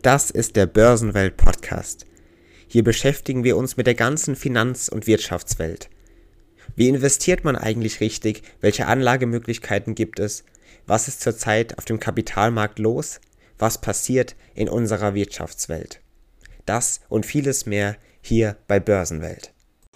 Das ist der Börsenwelt-Podcast. Hier beschäftigen wir uns mit der ganzen Finanz- und Wirtschaftswelt. Wie investiert man eigentlich richtig? Welche Anlagemöglichkeiten gibt es? Was ist zurzeit auf dem Kapitalmarkt los? Was passiert in unserer Wirtschaftswelt? Das und vieles mehr hier bei Börsenwelt.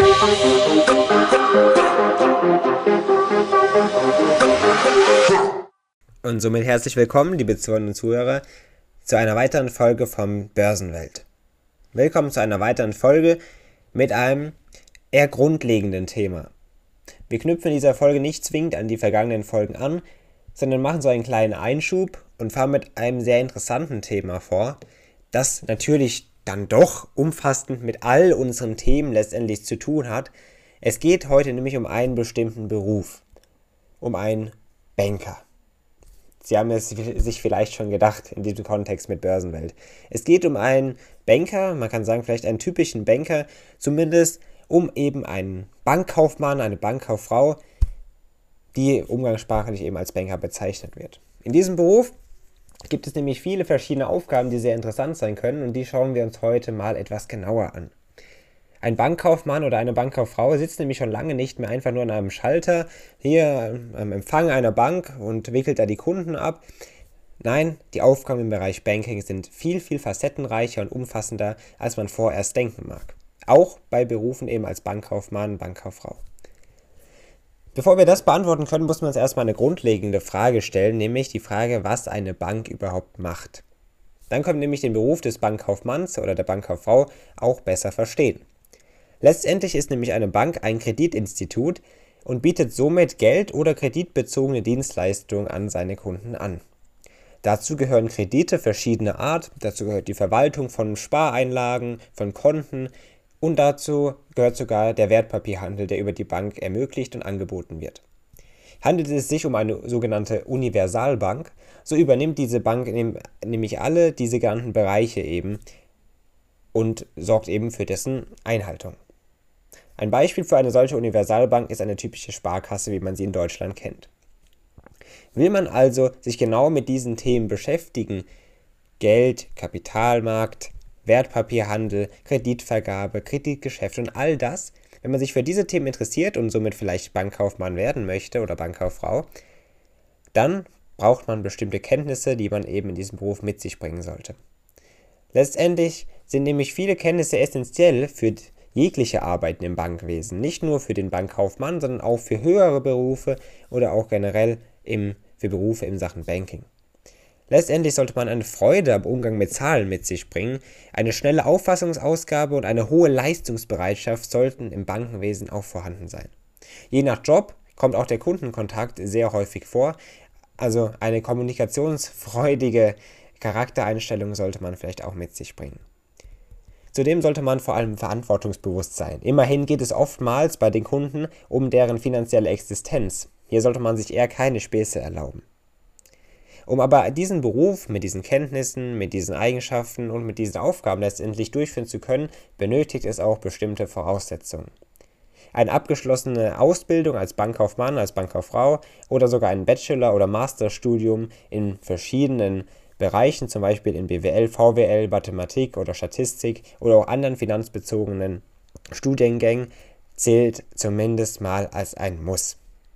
Und somit herzlich willkommen, liebe Zuhörerinnen und Zuhörer, zu einer weiteren Folge vom Börsenwelt. Willkommen zu einer weiteren Folge mit einem eher grundlegenden Thema. Wir knüpfen in dieser Folge nicht zwingend an die vergangenen Folgen an, sondern machen so einen kleinen Einschub und fahren mit einem sehr interessanten Thema vor, das natürlich dann doch umfassend mit all unseren Themen letztendlich zu tun hat. Es geht heute nämlich um einen bestimmten Beruf, um einen Banker. Sie haben es sich vielleicht schon gedacht in diesem Kontext mit Börsenwelt. Es geht um einen Banker, man kann sagen vielleicht einen typischen Banker, zumindest um eben einen Bankkaufmann, eine Bankkauffrau, die umgangssprachlich eben als Banker bezeichnet wird. In diesem Beruf gibt es nämlich viele verschiedene Aufgaben, die sehr interessant sein können, und die schauen wir uns heute mal etwas genauer an. Ein Bankkaufmann oder eine Bankkauffrau sitzt nämlich schon lange nicht mehr einfach nur an einem Schalter, hier am Empfang einer Bank und wickelt da die Kunden ab. Nein, die Aufgaben im Bereich Banking sind viel, viel facettenreicher und umfassender, als man vorerst denken mag. Auch bei Berufen eben als Bankkaufmann, Bankkauffrau. Bevor wir das beantworten können, muss man uns erstmal eine grundlegende Frage stellen, nämlich die Frage, was eine Bank überhaupt macht. Dann können wir nämlich den Beruf des Bankkaufmanns oder der Bankkauffrau auch besser verstehen. Letztendlich ist nämlich eine Bank ein Kreditinstitut und bietet somit geld- oder kreditbezogene Dienstleistungen an seine Kunden an. Dazu gehören Kredite verschiedener Art, dazu gehört die Verwaltung von Spareinlagen, von Konten und dazu gehört sogar der Wertpapierhandel, der über die Bank ermöglicht und angeboten wird. Handelt es sich um eine sogenannte Universalbank, so übernimmt diese Bank nämlich alle diese genannten Bereiche eben und sorgt eben für dessen Einhaltung. Ein Beispiel für eine solche Universalbank ist eine typische Sparkasse, wie man sie in Deutschland kennt. Will man also sich genau mit diesen Themen beschäftigen, Geld, Kapitalmarkt, Wertpapierhandel, Kreditvergabe, Kreditgeschäfte und all das, wenn man sich für diese Themen interessiert und somit vielleicht Bankkaufmann werden möchte oder Bankkauffrau, dann braucht man bestimmte Kenntnisse, die man eben in diesem Beruf mit sich bringen sollte. Letztendlich sind nämlich viele Kenntnisse essentiell für jegliche Arbeiten im Bankwesen, nicht nur für den Bankkaufmann, sondern auch für höhere Berufe oder auch generell für Berufe in Sachen Banking. Letztendlich sollte man eine Freude am Umgang mit Zahlen mit sich bringen, eine schnelle Auffassungsausgabe und eine hohe Leistungsbereitschaft sollten im Bankenwesen auch vorhanden sein. Je nach Job kommt auch der Kundenkontakt sehr häufig vor, also eine kommunikationsfreudige Charaktereinstellung sollte man vielleicht auch mit sich bringen. Zudem sollte man vor allem verantwortungsbewusst sein. Immerhin geht es oftmals bei den Kunden um deren finanzielle Existenz. Hier sollte man sich eher keine Späße erlauben. Um aber diesen Beruf mit diesen Kenntnissen, mit diesen Eigenschaften und mit diesen Aufgaben letztendlich durchführen zu können, benötigt es auch bestimmte Voraussetzungen. Eine abgeschlossene Ausbildung als Bankkaufmann, als Bankkauffrau oder sogar ein Bachelor- oder Masterstudium in verschiedenen Bereichen, zum Beispiel in BWL, VWL, Mathematik oder Statistik oder auch anderen finanzbezogenen Studiengängen, zählt zumindest mal als ein Muss.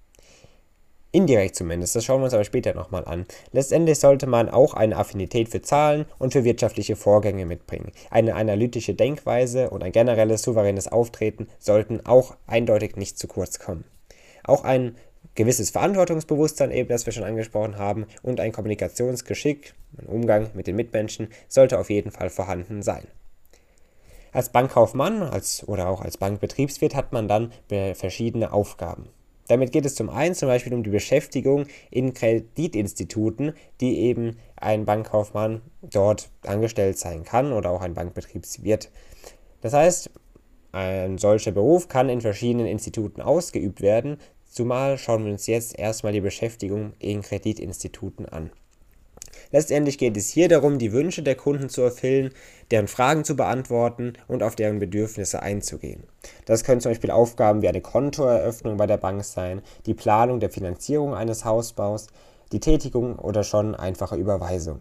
Indirekt zumindest, das schauen wir uns aber später nochmal an. Letztendlich sollte man auch eine Affinität für Zahlen und für wirtschaftliche Vorgänge mitbringen. Eine analytische Denkweise und ein generelles souveränes Auftreten sollten auch eindeutig nicht zu kurz kommen. Auch ein gewisses Verantwortungsbewusstsein eben, das wir schon angesprochen haben, und ein Kommunikationsgeschick, ein Umgang mit den Mitmenschen, sollte auf jeden Fall vorhanden sein. Als Bankkaufmann oder auch als Bankbetriebswirt hat man dann verschiedene Aufgaben. Damit geht es zum einen zum Beispiel um die Beschäftigung in Kreditinstituten, die eben ein Bankkaufmann dort angestellt sein kann oder auch ein Bankbetriebswirt. Das heißt, ein solcher Beruf kann in verschiedenen Instituten ausgeübt werden, zumal schauen wir uns jetzt erstmal die Beschäftigung in Kreditinstituten an. Letztendlich geht es hier darum, die Wünsche der Kunden zu erfüllen, deren Fragen zu beantworten und auf deren Bedürfnisse einzugehen. Das können zum Beispiel Aufgaben wie eine Kontoeröffnung bei der Bank sein, die Planung der Finanzierung eines Hausbaus, die Tätigung oder schon einfache Überweisung.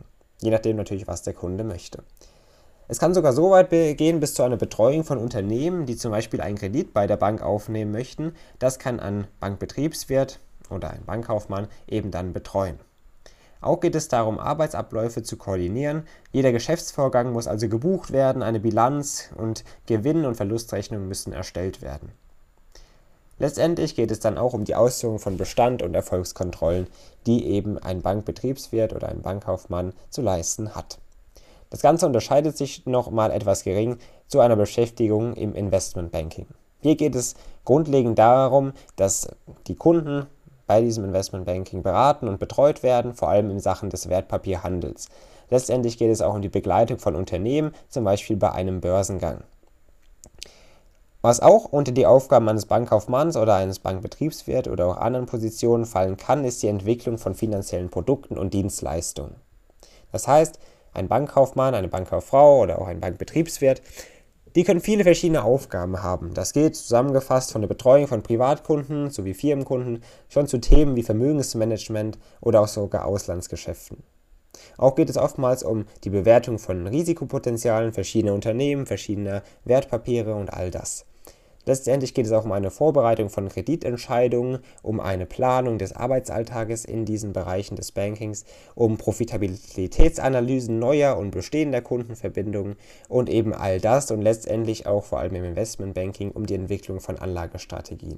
je nachdem natürlich, was der Kunde möchte. Es kann sogar so weit gehen bis zu einer Betreuung von Unternehmen, die zum Beispiel einen Kredit bei der Bank aufnehmen möchten. Das kann ein Bankbetriebswirt oder ein Bankkaufmann eben dann betreuen. Auch geht es darum, Arbeitsabläufe zu koordinieren. Jeder Geschäftsvorgang muss also gebucht werden, eine Bilanz und Gewinn- und Verlustrechnungen müssen erstellt werden. Letztendlich geht es dann auch um die Ausführung von Bestand- und Erfolgskontrollen, die eben ein Bankbetriebswirt oder ein Bankkaufmann zu leisten hat. Das Ganze unterscheidet sich nochmal etwas gering zu einer Beschäftigung im Investmentbanking. Hier geht es grundlegend darum, dass die Kunden bei diesem Investmentbanking beraten und betreut werden, vor allem in Sachen des Wertpapierhandels. Letztendlich geht es auch um die Begleitung von Unternehmen, zum Beispiel bei einem Börsengang. Was auch unter die Aufgaben eines Bankkaufmanns oder eines Bankbetriebswirts oder auch anderen Positionen fallen kann, ist die Entwicklung von finanziellen Produkten und Dienstleistungen. Das heißt, ein Bankkaufmann, eine Bankkauffrau oder auch ein Bankbetriebswirt, die können viele verschiedene Aufgaben haben. Das geht zusammengefasst von der Betreuung von Privatkunden sowie Firmenkunden schon zu Themen wie Vermögensmanagement oder auch sogar Auslandsgeschäften. Auch geht es oftmals um die Bewertung von Risikopotenzialen verschiedener Unternehmen, verschiedener Wertpapiere und all das. Letztendlich geht es auch um eine Vorbereitung von Kreditentscheidungen, um eine Planung des Arbeitsalltages in diesen Bereichen des Bankings, um Profitabilitätsanalysen neuer und bestehender Kundenverbindungen und eben all das und letztendlich auch vor allem im Investmentbanking um die Entwicklung von Anlagestrategien.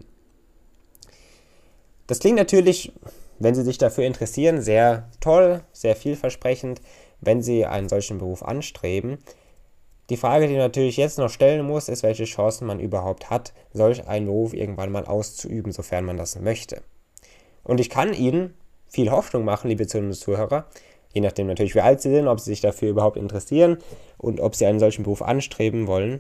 Das klingt natürlich, wenn Sie sich dafür interessieren, sehr toll, sehr vielversprechend, wenn Sie einen solchen Beruf anstreben. Die Frage, die man natürlich jetzt noch stellen muss, ist, welche Chancen man überhaupt hat, solch einen Beruf irgendwann mal auszuüben, sofern man das möchte. Und ich kann Ihnen viel Hoffnung machen, liebe Zuhörer, je nachdem natürlich, wie alt Sie sind, ob Sie sich dafür überhaupt interessieren und ob Sie einen solchen Beruf anstreben wollen.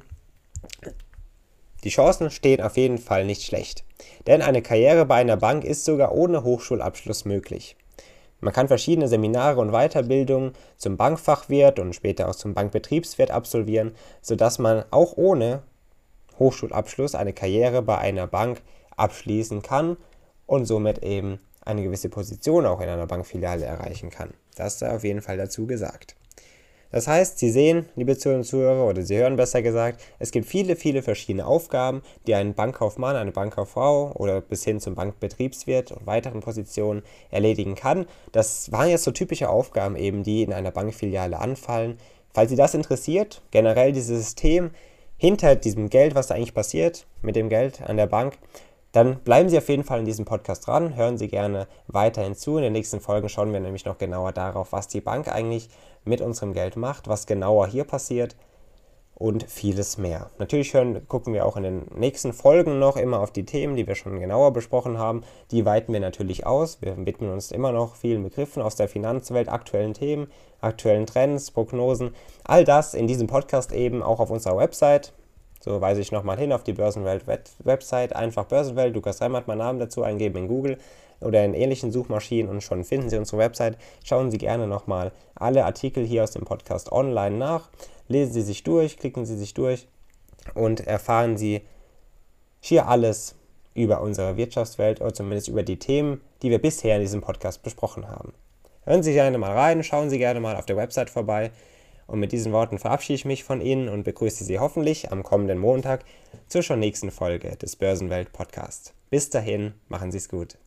Die Chancen stehen auf jeden Fall nicht schlecht, denn eine Karriere bei einer Bank ist sogar ohne Hochschulabschluss möglich. Man kann verschiedene Seminare und Weiterbildungen zum Bankfachwirt und später auch zum Bankbetriebswirt absolvieren, sodass man auch ohne Hochschulabschluss eine Karriere bei einer Bank abschließen kann und somit eben eine gewisse Position auch in einer Bankfiliale erreichen kann. Das sei auf jeden Fall dazu gesagt. Das heißt, Sie sehen, liebe Zuhörer und Zuhörer, oder Sie hören besser gesagt, es gibt viele, viele verschiedene Aufgaben, die ein Bankkaufmann, eine Bankkauffrau oder bis hin zum Bankbetriebswirt und weiteren Positionen erledigen kann. Das waren jetzt so typische Aufgaben eben, die in einer Bankfiliale anfallen. Falls Sie das interessiert, generell dieses System hinter diesem Geld, was da eigentlich passiert mit dem Geld an der Bank, dann bleiben Sie auf jeden Fall in diesem Podcast dran, hören Sie gerne weiterhin zu. In den nächsten Folgen schauen wir nämlich noch genauer darauf, was die Bank eigentlich mit unserem Geld macht, was genauer hier passiert und vieles mehr. Natürlich gucken wir auch in den nächsten Folgen noch immer auf die Themen, die wir schon genauer besprochen haben. Die weiten wir natürlich aus. Wir widmen uns immer noch vielen Begriffen aus der Finanzwelt, aktuellen Themen, aktuellen Trends, Prognosen. All das in diesem Podcast eben auch auf unserer Website. So weise ich nochmal hin auf die Börsenwelt-Website. Einfach Börsenwelt, Lukas Reimann, mein Name dazu eingeben in Google oder in ähnlichen Suchmaschinen und schon finden Sie unsere Website. Schauen Sie gerne nochmal alle Artikel hier aus dem Podcast online nach. Lesen Sie sich durch, klicken Sie sich durch und erfahren Sie hier alles über unsere Wirtschaftswelt oder zumindest über die Themen, die wir bisher in diesem Podcast besprochen haben. Hören Sie gerne mal rein, schauen Sie gerne mal auf der Website vorbei. Und mit diesen Worten verabschiede ich mich von Ihnen und begrüße Sie hoffentlich am kommenden Montag zur schon nächsten Folge des Börsenwelt Podcasts. Bis dahin, machen Sie es gut.